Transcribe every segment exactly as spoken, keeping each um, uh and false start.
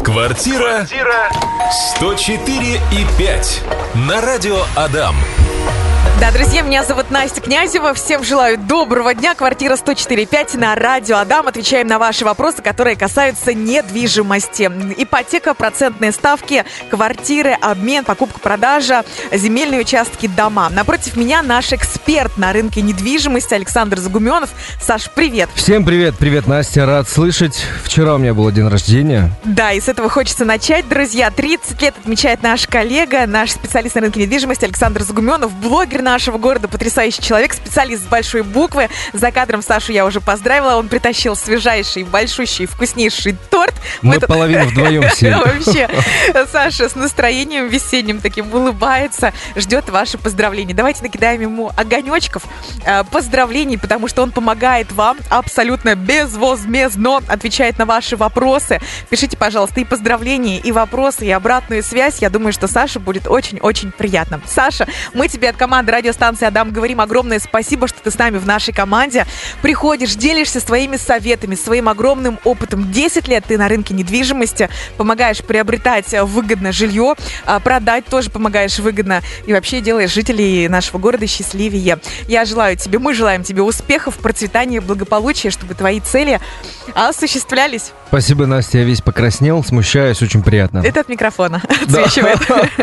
Квартира сто четыре и пять на радио Адам. Да, друзья, меня зовут Настя Князева. Всем желаю доброго дня. Квартира сто четыре и пять на радио Адам. Отвечаем на ваши вопросы, которые касаются недвижимости. Ипотека, процентные ставки, квартиры, обмен, покупка-продажа, земельные участки, дома. Напротив меня наш эксперт на рынке недвижимости Александр Загуменов. Саш, привет. Всем привет, привет, Настя, рад слышать. Вчера у меня был день рождения. Да, и с этого хочется начать, друзья. тридцать лет отмечает наш коллега, наш специалист на рынке недвижимости Александр Загуменов, блогер нашего города, потрясающий человек, специалист с большой буквы. За кадром Сашу я уже поздравила, он притащил свежайший, большущий, вкуснейший торт. Мы этот... половину вдвоем сели. Вообще, Саша с настроением весенним таким улыбается, ждет ваши поздравления. Давайте накидаем ему огонечков поздравлений, потому что он помогает вам абсолютно безвозмездно, отвечает на ваши вопросы. Пишите, пожалуйста, и поздравления, и вопросы, и обратную связь. Я думаю, что Саше будет очень-очень приятно. Саша, мы тебе от команды радиостанции Адам говорим огромное спасибо, что ты с нами в нашей команде. Приходишь, делишься своими советами, своим огромным опытом. десять лет ты на рынке недвижимости, помогаешь приобретать выгодно жилье, продать тоже помогаешь выгодно и вообще делаешь жителей нашего города счастливее. Я желаю тебе, мы желаем тебе успехов, процветания, благополучия, чтобы твои цели осуществлялись. Спасибо, Настя, я весь покраснел, смущаюсь, очень приятно. Это от микрофона отсвечивает.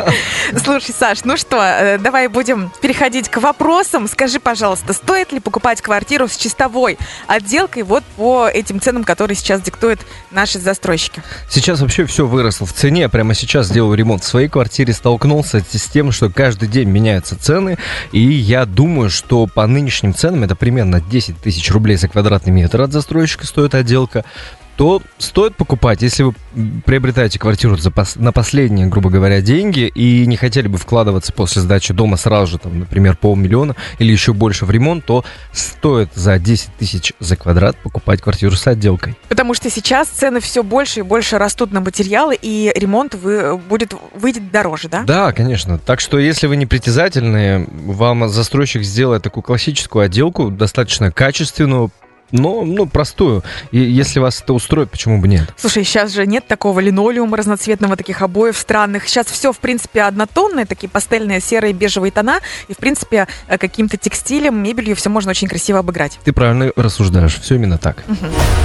Слушай, Саш, ну что, давай будем переходить к вопросам. Скажи, пожалуйста, стоит ли покупать квартиру с чистовой отделкой вот по этим ценам, которые сейчас диктуют наши застройщики? Сейчас вообще все выросло в цене. Я прямо сейчас делаю ремонт в своей квартире, столкнулся с тем, что каждый день меняются цены. И я думаю, что по нынешним ценам это примерно десять тысяч рублей за квадратный метр от застройщика стоит отделка. То стоит покупать, если вы приобретаете квартиру за пос- на последние, грубо говоря, деньги и не хотели бы вкладываться после сдачи дома сразу же, там, например, полмиллиона или еще больше в ремонт, то стоит за десять тысяч за квадрат покупать квартиру с отделкой. Потому что сейчас цены все больше и больше растут на материалы, и ремонт вы, будет, выйдет дороже, да? Да, конечно. Так что, если вы непритязательные, вам застройщик сделает такую классическую отделку, достаточно качественную, но, ну, простую. И если вас это устроит, почему бы нет? Слушай, сейчас же нет такого линолеума разноцветного, таких обоев странных. Сейчас все, в принципе, однотонные, такие пастельные, серые, бежевые тона. И, в принципе, каким-то текстилем, мебелью все можно очень красиво обыграть. Ты правильно рассуждаешь. Все именно так. Угу.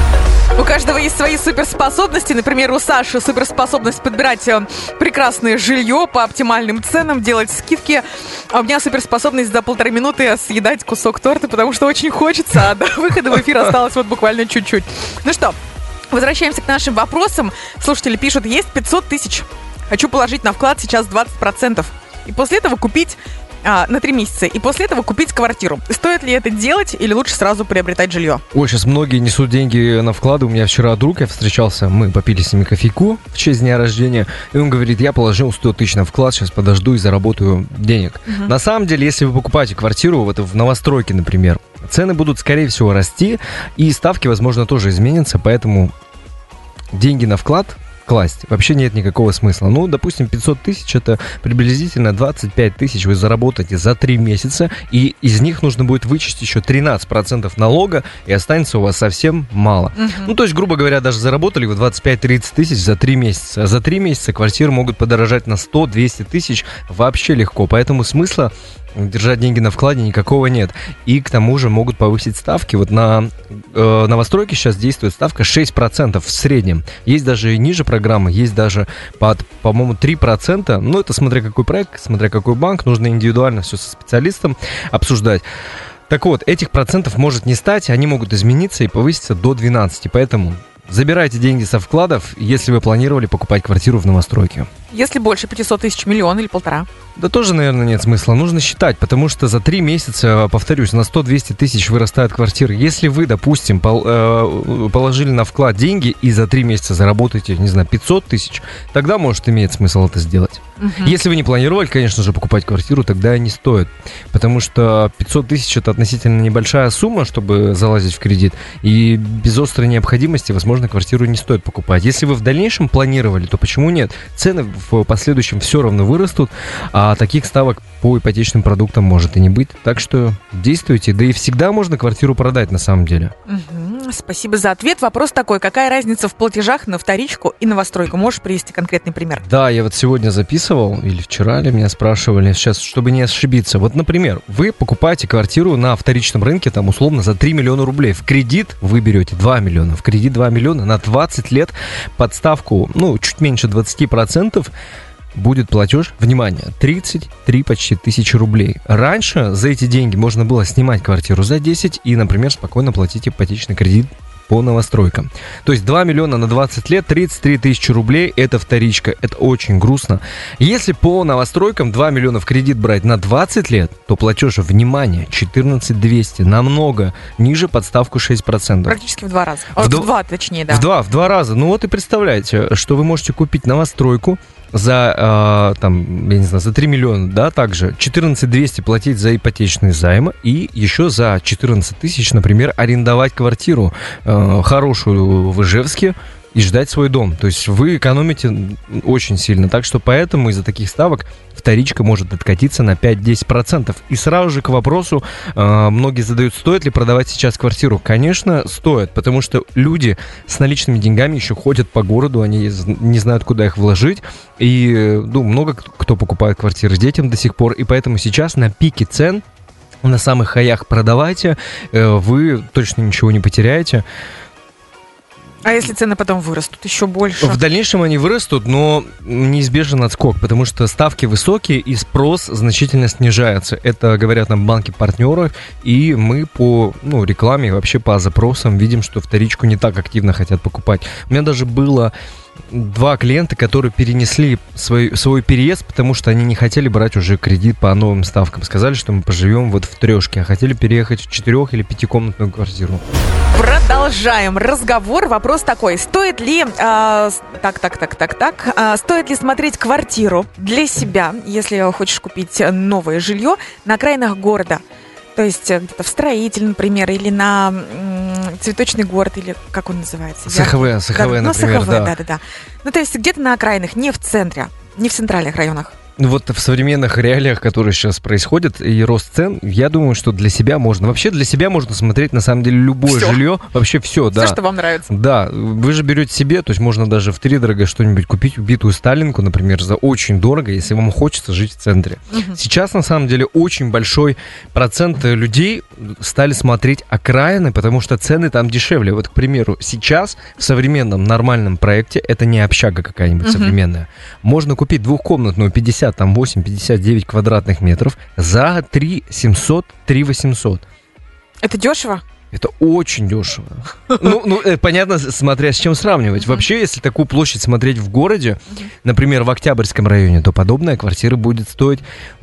У каждого есть свои суперспособности. Например, у Саши суперспособность подбирать прекрасное жилье по оптимальным ценам, делать скидки. А у меня суперспособность за полторы минуты съедать кусок торта, потому что очень хочется, а до выхода в эфир осталось вот буквально чуть-чуть. Ну что, возвращаемся к нашим вопросам. Слушатели пишут, есть пятьсот тысяч. Хочу положить на вклад сейчас двадцать процентов. И после этого купить... А, на три месяца. И после этого купить квартиру. Стоит ли это делать или лучше сразу приобретать жилье? Ой, сейчас многие несут деньги на вклады. У меня вчера друг, я встречался, мы попили с ними кофейку в честь дня рождения. И он говорит, я положил сто тысяч на вклад, сейчас подожду и заработаю денег. Угу. На самом деле, если вы покупаете квартиру вот в новостройке, например, цены будут, скорее всего, расти. И ставки, возможно, тоже изменятся. Поэтому деньги на вклад класть вообще нет никакого смысла. Ну, допустим, пятьсот тысяч это приблизительно двадцать пять тысяч вы заработаете за три месяца, и из них нужно будет вычесть еще тринадцать процентов налога, и останется у вас совсем мало. Uh-huh. Ну, то есть, грубо говоря, даже заработали вы двадцать пять-тридцать тысяч за три месяца, а за три месяца квартиры могут подорожать на сто-двести тысяч вообще легко, поэтому смысла держать деньги на вкладе никакого нет. И к тому же могут повысить ставки. Вот на э, новостройке сейчас действует ставка шесть процентов в среднем. Есть даже и ниже программы, есть даже под, по-моему, три процента. Ну, это смотря какой проект, смотря какой банк. Нужно индивидуально все со специалистом обсуждать. Так вот, этих процентов может не стать, они могут измениться и повыситься до двенадцати. Поэтому забирайте деньги со вкладов, если вы планировали покупать квартиру в новостройке. Если больше пятьсот тысяч, миллион или полтора? Да тоже, наверное, нет смысла. Нужно считать, потому что за три месяца, повторюсь, на сто-двести тысяч вырастают квартиры. Если вы, допустим, пол, э, положили на вклад деньги и за три месяца заработаете, не знаю, пятьсот тысяч, тогда, может, имеет смысл это сделать. Угу. Если вы не планировали, конечно же, покупать квартиру, тогда не стоит. Потому что пятьсот тысяч – это относительно небольшая сумма, чтобы залазить в кредит. И без острой необходимости, возможно, квартиру не стоит покупать. Если вы в дальнейшем планировали, то почему нет? Цены в последующем все равно вырастут, а таких ставок по ипотечным продуктам может и не быть. Так что действуйте. Да и всегда можно квартиру продать на самом деле. Угу. Спасибо за ответ. Вопрос такой: какая разница в платежах на вторичку и новостройку? Можешь привести конкретный пример? Да, я вот сегодня записывал, или вчера, или меня спрашивали, сейчас, чтобы не ошибиться. Вот, например, вы покупаете квартиру на вторичном рынке, там, условно, за три миллиона рублей. В кредит вы берете два миллиона. В кредит два миллиона на двадцать лет под ставку, ну, чуть меньше двадцать процентов. Будет платеж, внимание, тридцать три почти тысячи рублей. Раньше за эти деньги можно было снимать квартиру за десять и, например, спокойно платить ипотечный кредит по новостройкам. То есть два миллиона на двадцать лет, тридцать три тысячи рублей, это вторичка, это очень грустно. Если по новостройкам два миллиона в кредит брать на двадцать лет, то платеж, внимание, четырнадцать двести, намного ниже под ставку шесть процентов. Практически в два раза. В, в д... два, точнее, да. В два, в два раза. Ну вот и представляете, что вы можете купить новостройку за, э, там, я не знаю, за три миллиона, да, также четырнадцать двести платить за ипотечные займы и еще за четырнадцать тысяч, например, арендовать квартиру э, хорошую в Ижевске и ждать свой дом. То есть вы экономите очень сильно. Так что поэтому из-за таких ставок вторичка может откатиться на пять-десять процентов. И сразу же к вопросу, э, многие задают, стоит ли продавать сейчас квартиру. Конечно, стоит, потому что люди с наличными деньгами еще ходят по городу, они не знают, куда их вложить. И ну, много кто покупает квартиры детям до сих пор. И поэтому сейчас на пике цен, на самых хаях продавайте, э, вы точно ничего не потеряете. А если цены потом вырастут еще больше? В дальнейшем они вырастут, но неизбежен отскок, потому что ставки высокие и спрос значительно снижается. Это говорят нам банки-партнеры, и мы по ну, рекламе и вообще по запросам видим, что вторичку не так активно хотят покупать. У меня даже было два клиента, которые перенесли свой, свой переезд, потому что они не хотели брать уже кредит по новым ставкам. Сказали, что мы поживем вот в трешке, а хотели переехать в четырех- или пятикомнатную квартиру. Продолжаем разговор. Вопрос такой: стоит ли, э, так, так, так, так, так, э, стоит ли смотреть квартиру для себя, если хочешь купить новое жилье на окраинах города? То есть где-то в Строитель, например, или на м, Цветочный город, или как он называется? СХВ, СХВ, да, например, ну, СХВ, да. да, да, да. Ну, то есть где-то на окраинах, не в центре, не в центральных районах. Вот в современных реалиях, которые сейчас происходят, и рост цен, я думаю, что для себя можно, вообще для себя можно смотреть, на самом деле, любое всё. жилье, вообще все, да. Все, что вам нравится. Да, вы же берете себе, то есть можно даже втридорога что-нибудь купить, убитую Сталинку, например, за очень дорого, если вам хочется жить в центре. Угу. Сейчас, на самом деле, очень большой процент людей стали смотреть окраины, потому что цены там дешевле. Вот, к примеру, сейчас в современном нормальном проекте, это не общага какая-нибудь Угу. современная, можно купить двухкомнатную пятьдесят восемь - пятьдесят девять квадратных метров за три семьсот - три восемьсот. Это дешево? Это очень дешево. Ну, ну э, понятно, смотря с чем сравнивать. Uh-huh. Вообще, если такую площадь смотреть в городе, uh-huh. например, в Октябрьском районе, то подобная квартира будет стоить,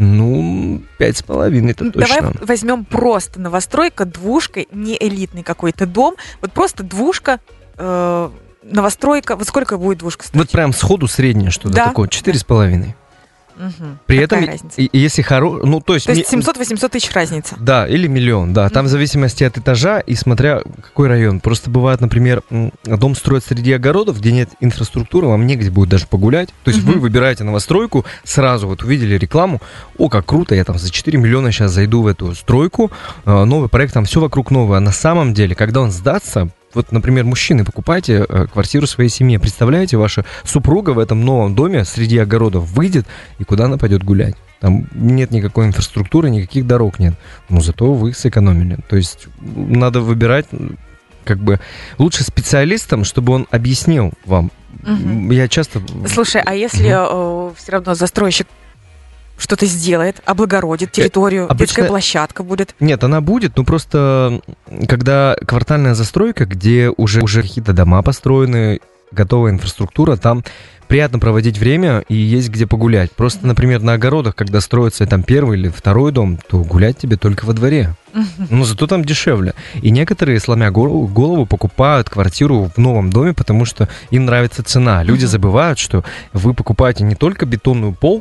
ну, пять с половиной, это точно. Давай возьмем просто новостройка, двушка, не элитный какой-то дом, вот просто двушка, э, новостройка. Вот сколько будет двушка стоить? Вот прям сходу среднее что-то да? такое, четыре с половиной. Угу. При Какая этом, разница? и, если хоро... ну, то есть... То есть ми... семьсот-восемьсот тысяч разница. Да, или миллион, да. Там в зависимости от этажа и смотря какой район. Просто бывает, например, дом строят среди огородов, где нет инфраструктуры, вам негде будет даже погулять. То есть uh-huh. вы выбираете новостройку, сразу вот увидели рекламу, о, как круто, я там за четыре миллиона сейчас зайду в эту стройку, новый проект, там все вокруг новое. А на самом деле, когда он сдастся, вот, например, мужчины, покупайте э, квартиру своей семье. Представляете, ваша супруга в этом новом доме среди огородов выйдет, и куда она пойдет гулять? Там нет никакой инфраструктуры, никаких дорог нет. Но зато вы сэкономили. То есть надо выбирать как бы лучше специалистам, чтобы он объяснил вам. Угу. Я часто... Слушай, а если угу. э, все равно застройщик что-то сделает, облагородит территорию, Обычно... детская площадка будет? Нет, она будет, но просто когда квартальная застройка, где уже, уже какие-то дома построены, готовая инфраструктура, там приятно проводить время и есть где погулять. Просто, например, на огородах, когда строится там первый или второй дом, то гулять тебе только во дворе. Но зато там дешевле. И некоторые, сломя голову, голову, покупают квартиру в новом доме, потому что им нравится цена. Люди забывают, что вы покупаете не только бетонную полку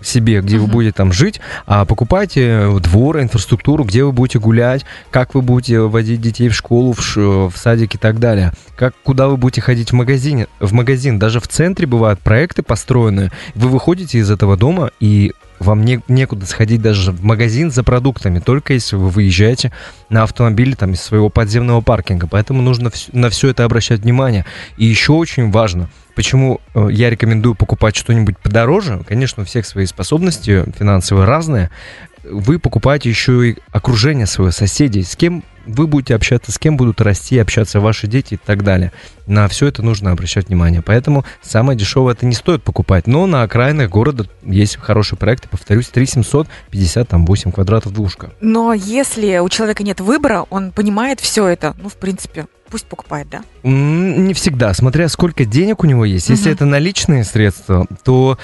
себе, где uh-huh. вы будете там жить, а покупайте двор, инфраструктуру, где вы будете гулять, как вы будете водить детей в школу, в, ш... в садик и так далее, как, куда вы будете ходить в магазине, в магазин. Даже в центре бывают проекты построенные. Вы выходите из этого дома, и вам не, некуда сходить даже в магазин за продуктами, только если вы выезжаете на автомобиле там, из своего подземного паркинга. Поэтому нужно вс- на все это обращать внимание. И еще очень важно, почему э, я рекомендую покупать что-нибудь подороже. Конечно, у всех свои способности финансовые разные. Вы покупаете еще и окружение свое, соседей, с кем вы будете общаться, с кем будут расти, общаться ваши дети и так далее. На все это нужно обращать внимание. Поэтому самое дешевое это не стоит покупать. Но на окраинах города есть хорошие проекты. Повторюсь, три тысячи семьсот пятьдесят восемь квадратов двушка. Но если у человека нет выбора, он понимает все это, ну, в принципе, пусть покупает, да? Не всегда. Смотря сколько денег у него есть. Если uh-huh. это наличные средства, то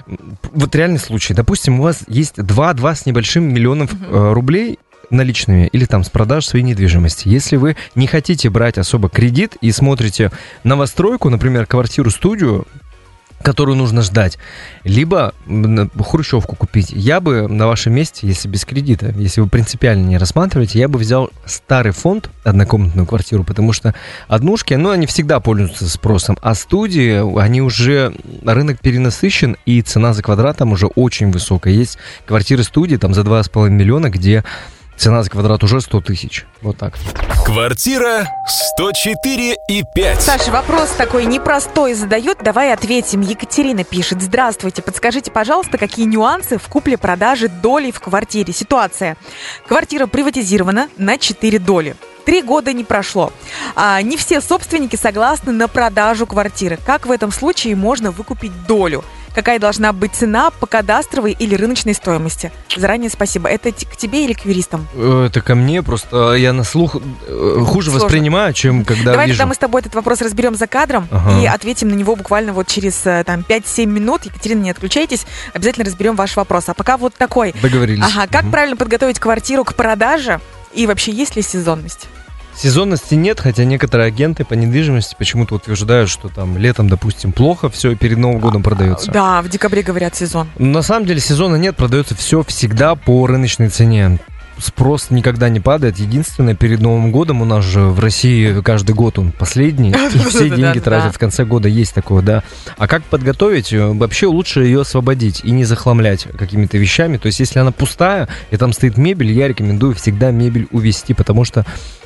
вот реальный случай. Допустим, у вас есть два-два с небольшим миллионов uh-huh. рублей наличными или там с продаж своей недвижимости. Если вы не хотите брать особо кредит и смотрите новостройку, например, квартиру-студию, которую нужно ждать, либо хрущевку купить, я бы на вашем месте, если без кредита, если вы принципиально не рассматриваете, я бы взял старый фонд, однокомнатную квартиру, потому что однушки, ну, они всегда пользуются спросом, а студии, они уже, рынок перенасыщен, и цена за квадрат там уже очень высокая. Есть квартиры-студии там за два с половиной миллиона, где цена за квадрат уже сто тысяч. Вот так. Квартира сто четыре и пять. Саша, вопрос такой непростой задают. Давай ответим. Екатерина пишет. Здравствуйте. Подскажите, пожалуйста, какие нюансы в купле-продаже долей в квартире? Ситуация. Квартира приватизирована на четыре доли. Три года не прошло. А не все собственники согласны на продажу квартиры. Как в этом случае можно выкупить долю? Какая должна быть цена по кадастровой или рыночной стоимости? Заранее спасибо. Это к тебе или к юристам? Это ко мне, просто я на слух хуже Сложно. воспринимаю, чем когда Давай вижу. тогда мы с тобой этот вопрос разберем за кадром ага. и ответим на него буквально вот через там, пять-семь минут. Екатерина, не отключайтесь, обязательно разберем ваш вопрос. А пока вот такой. Договорились. Ага, как угу. правильно подготовить квартиру к продаже и вообще есть ли сезонность? Сезонности нет, хотя некоторые агенты по недвижимости почему-то утверждают, что там летом, допустим, плохо, все перед Новым годом продается. Да, в декабре говорят сезон. На самом деле сезона нет, продается все всегда по рыночной цене. Спрос никогда не падает. Единственное, перед Новым годом у нас же в России каждый год он последний, и все деньги тратят в конце года, есть такое, да. А как подготовить? Вообще лучше ее освободить и не захламлять какими-то вещами. То есть если она пустая и там стоит мебель, я рекомендую всегда мебель увезти, потому что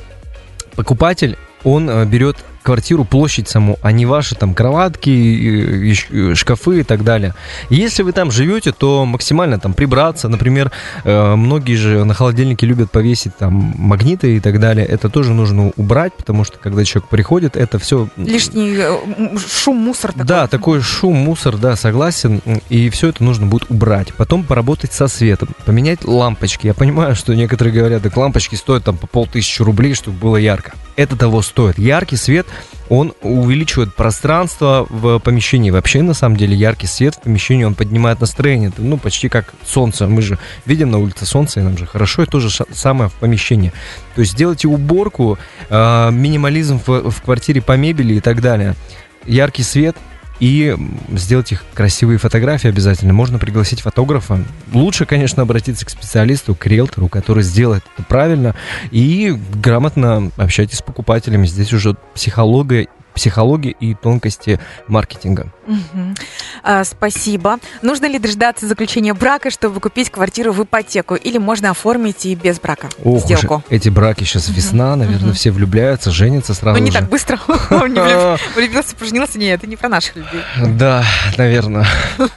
покупатель, он берет квартиру, площадь саму, а не ваши там кроватки, шкафы и так далее. Если вы там живете, то максимально там прибраться. Например, многие же на холодильнике любят повесить там магниты и так далее. Это тоже нужно убрать, потому что когда человек приходит, это все... Лишний шум, мусор такой. Да, такой шум, мусор, да, согласен. И все это нужно будет убрать. Потом поработать со светом, поменять лампочки. Я понимаю, что некоторые говорят, так лампочки стоят там по полтысячи рублей, чтобы было ярко. Это того стоит. Яркий свет, он увеличивает пространство в помещении. Вообще, на самом деле, яркий свет в помещении, он поднимает настроение. Это, ну, почти как солнце. Мы же видим на улице солнце, и нам же хорошо. И то же самое в помещении. То есть сделайте уборку, э, минимализм в, в квартире по мебели и так далее. Яркий свет. И сделать их красивые фотографии обязательно. Можно пригласить фотографа. Лучше, конечно, обратиться к специалисту, к риэлтору, который сделает это правильно. И грамотно общайтесь с покупателями. Здесь уже психология, психология и тонкости маркетинга. Угу. А, спасибо. Нужно ли дождаться заключения брака, чтобы купить квартиру в ипотеку? Или можно оформить и без брака Ох сделку? Уж, эти браки сейчас весна, наверное, все влюбляются, женятся сразу. Ну, не же. так быстро. Он не влюб... влюбился, поженился. Нет, это не про наших людей. Да, наверное.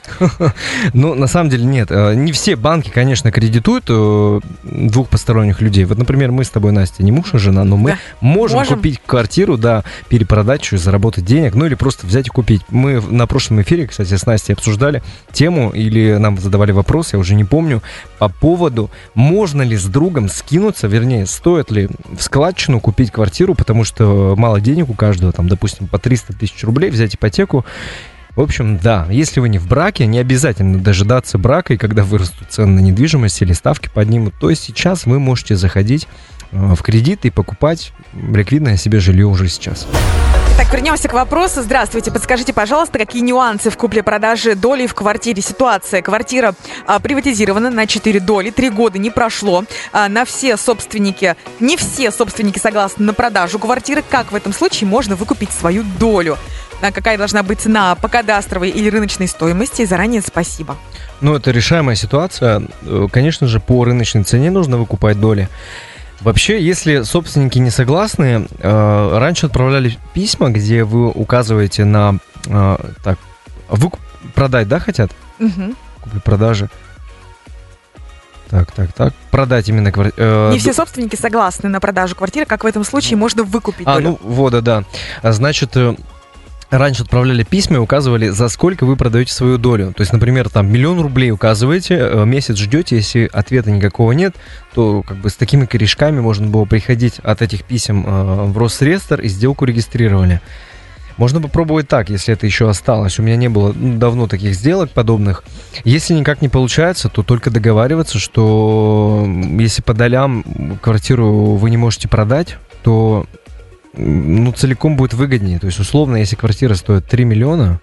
Ну, на самом деле, нет. Не все банки, конечно, кредитуют двух посторонних людей. Вот, например, мы с тобой, Настя, не муж и жена, но мы можем купить квартиру, да, перепродать, заработать денег, ну или просто взять и купить. Мы на прошлом эфире, кстати, с Настей обсуждали тему, или нам задавали вопрос, я уже не помню, по поводу, можно ли с другом скинуться, вернее, стоит ли в складчину купить квартиру, потому что мало денег у каждого, там, допустим, по триста тысяч рублей, взять ипотеку. В общем, да, если вы не в браке, не обязательно дожидаться брака, и когда вырастут цены на недвижимость или ставки поднимут, то сейчас вы можете заходить в кредит и покупать ликвидное себе жилье уже сейчас. Так, вернемся к вопросу. Здравствуйте, подскажите, пожалуйста, какие нюансы в купле-продаже доли в квартире? Ситуация. Квартира а, приватизирована на четыре доли, три года не прошло. А, на все собственники, не все собственники согласны на продажу квартиры. Как в этом случае можно выкупить свою долю? А, какая должна быть цена по кадастровой или рыночной стоимости? Заранее спасибо. Ну, это решаемая ситуация. Конечно же, по рыночной цене нужно выкупать доли. Вообще, если собственники не согласны, э, раньше отправляли письма, где вы указываете на... Э, так, вы продать, да, хотят? Угу. Купли-продажи. Так, так, так. Продать именно квартиру. Э, не все собственники согласны на продажу квартиры. Как в этом случае можно выкупить а, долю? ну, вот, да, да. Значит... Раньше отправляли письма и указывали, за сколько вы продаете свою долю. То есть, например, там миллион рублей указываете, месяц ждете, если ответа никакого нет, то как бы с такими корешками можно было приходить от этих писем в Росреестр и сделку регистрировали. Можно попробовать так, если это еще осталось. У меня не было ну, давно таких сделок подобных. Если никак не получается, то только договариваться, что если по долям квартиру вы не можете продать, то... ну, целиком будет выгоднее. То есть, условно, если квартира стоит три миллиона,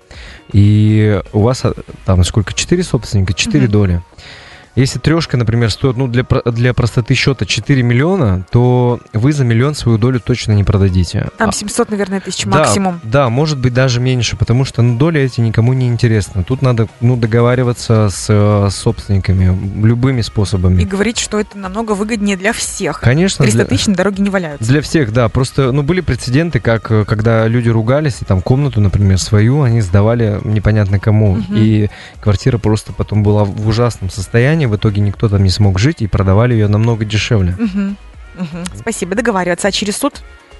и у вас там сколько, четыре собственника, четыре uh-huh. доли. Если трешка, например, стоит, ну, для, для простоты счета четыре миллиона, то вы за миллион свою долю точно не продадите. Там семьсот, наверное, тысяч максимум. Да, да, может быть, даже меньше, потому что ну, доли эти никому не интересны. Тут надо ну, договариваться с, с собственниками любыми способами. И говорить, что это намного выгоднее для всех. Конечно. триста для, тысяч на дороге не валяются. Для всех, да. Просто, ну, были прецеденты, как когда люди ругались, и там комнату, например, свою, они сдавали непонятно кому. Угу. И квартира просто потом была в ужасном состоянии. В итоге никто там не смог жить, и продавали ее намного дешевле. Угу. Угу. Спасибо. Договариваться. А через суд?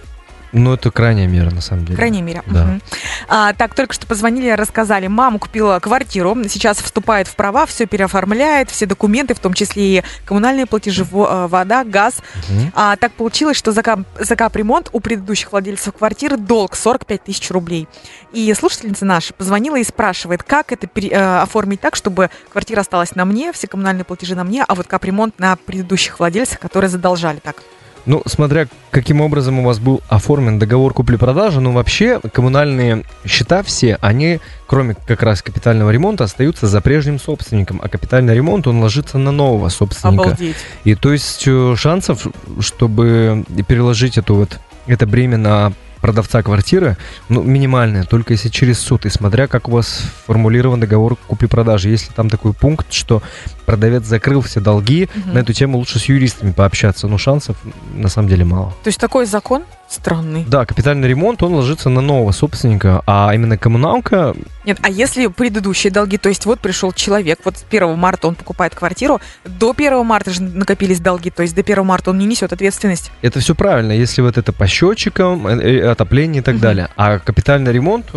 Ну, это крайняя мера, на самом деле. Крайняя мера. Да. Угу. А, так, только что позвонили, рассказали. Мама купила квартиру, сейчас вступает в права, все переоформляет, все документы, в том числе и коммунальные платежи, вода, газ. Угу. А, так получилось, что за, кап- за капремонт у предыдущих владельцев квартиры долг сорок пять тысяч рублей. И слушательница наша позвонила и спрашивает, как это пере- э, оформить так, чтобы квартира осталась на мне, все коммунальные платежи на мне, а вот капремонт на предыдущих владельцев, которые задолжали так. Ну, смотря каким образом у вас был оформлен договор купли-продажи, ну, вообще, коммунальные счета все, они, кроме как раз капитального ремонта, остаются за прежним собственником, а капитальный ремонт, он ложится на нового собственника. Обалдеть. И то есть шансов, чтобы переложить эту вот, это бремя на продавца квартиры, ну, минимальная, только если через суд, и смотря как у вас формулирован договор купли-продажи. Если там такой пункт, что продавец закрыл все долги, угу. на эту тему лучше с юристами пообщаться, но шансов на самом деле мало. То есть такой закон странный? Да, капитальный ремонт, он ложится на нового собственника, а именно коммуналка... Нет, а если предыдущие долги, то есть вот пришел человек, вот с первого марта он покупает квартиру, до первого марта же накопились долги, то есть до первого марта он не несет ответственность? Это все правильно, если вот это по счетчикам, отопление и так uh-huh. далее. А капитальный ремонт,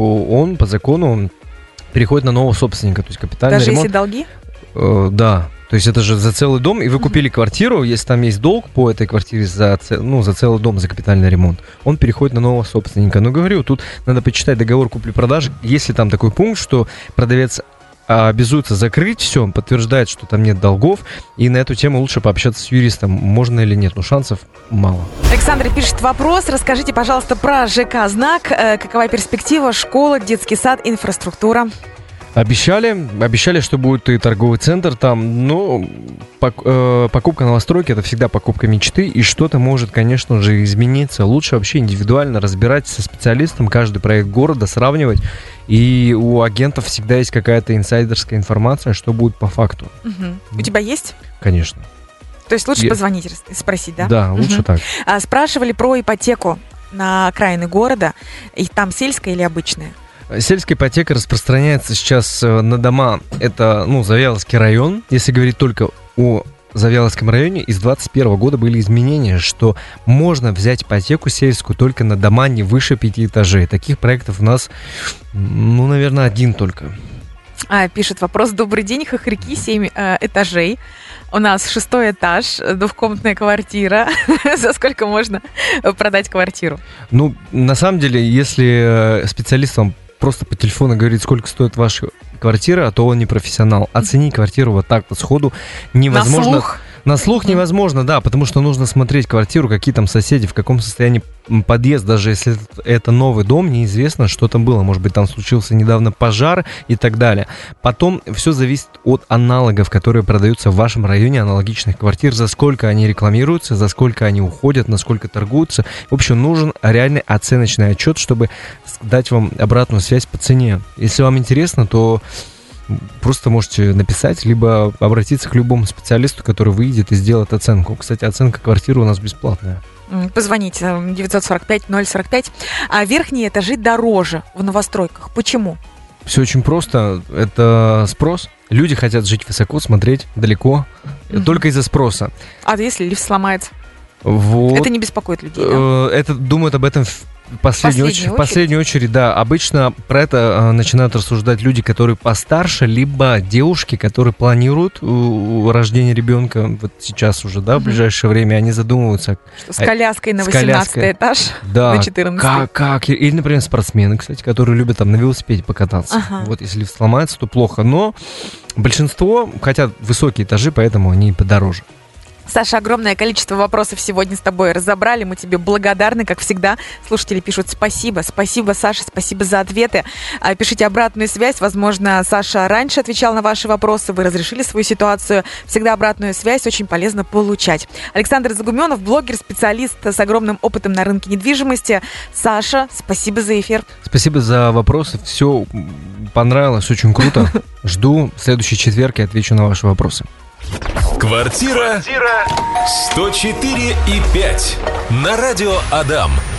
он по закону переходит на нового собственника, то есть капитальный Даже ремонт... если долги? Э, да. То есть это же за целый дом, и вы купили uh-huh. квартиру, если там есть долг по этой квартире за, ну, за целый дом, за капитальный ремонт, он переходит на нового собственника. Но говорю, тут надо почитать договор купли-продажи, если там такой пункт, что продавец обязуется закрыть все, он подтверждает, что там нет долгов, и на эту тему лучше пообщаться с юристом, можно или нет, но шансов мало. Александр пишет вопрос, расскажите, пожалуйста, про ЖК «Знак», какова перспектива, школа, детский сад, инфраструктура? Обещали, обещали, что будет и торговый центр там, но покупка новостройки — это всегда покупка мечты, и что-то может, конечно же, измениться. Лучше вообще индивидуально разбирать со специалистом каждый проект города, сравнивать, и у агентов всегда есть какая-то инсайдерская информация, что будет по факту. Угу. У тебя есть? Конечно. То есть лучше Я... позвонить и спросить, да? Да, лучше угу. так. А, спрашивали про ипотеку на окраины города, и там сельская или обычная? Сельская ипотека распространяется сейчас на дома. Это, ну, Завьяловский район. Если говорить только о Завьяловском районе, из двадцать первого года были изменения, что можно взять ипотеку сельскую только на дома не выше пяти этажей. Таких проектов у нас, ну, наверное, один только. А, пишет вопрос. Добрый день, Хохряки, семь э, этажей. У нас шестой этаж, двухкомнатная квартира. За сколько можно продать квартиру? Ну, на самом деле, если специалист вам просто по телефону говорит, сколько стоит ваша квартира, а то он не профессионал. Оценить квартиру вот так вот сходу невозможно. На слух? На слух невозможно, да, потому что нужно смотреть квартиру, какие там соседи, в каком состоянии подъезд, даже если это новый дом, неизвестно, что там было. Может быть, там случился недавно пожар и так далее. Потом все зависит от аналогов, которые продаются в вашем районе, аналогичных квартир, за сколько они рекламируются, за сколько они уходят, насколько торгуются. В общем, нужен реальный оценочный отчет, чтобы дать вам обратную связь по цене. Если вам интересно, то просто можете написать, либо обратиться к любому специалисту, который выйдет и сделает оценку. Кстати, оценка квартиры у нас бесплатная. Позвоните девятьсот сорок пять ноль сорок пять. А верхние этажи дороже в новостройках. Почему? Все очень просто. Это спрос. Люди хотят жить высоко, смотреть далеко. Mm-hmm. Только из-за спроса. А если лифт сломается? Вот. Это не беспокоит людей, да? Это думают об этом в последнюю, очередь, очередь. В последнюю очередь, да. Обычно про это э, начинают рассуждать люди, которые постарше, либо девушки, которые планируют э, рождение ребенка. Вот сейчас уже, да, в ближайшее время они задумываются. Что с коляской на восемнадцатый этаж, да, на четырнадцатый. Как, как? Или, например, спортсмены, кстати, которые любят там на велосипеде покататься. Ага. Вот если лифт сломается, то плохо. Но большинство хотят высокие этажи, поэтому они подороже. Саша, огромное количество вопросов сегодня с тобой разобрали. Мы тебе благодарны, как всегда. Слушатели пишут спасибо. Спасибо, Саша, спасибо за ответы. Пишите обратную связь. Возможно, Саша раньше отвечал на ваши вопросы. Вы разрешили свою ситуацию. Всегда обратную связь очень полезно получать. Александр Загуменов, блогер, специалист с огромным опытом на рынке недвижимости. Саша, спасибо за эфир. Спасибо за вопросы. Все понравилось, очень круто. Жду в следующий четверг и отвечу на ваши вопросы. Квартира сто четыре и пять на радио Адам.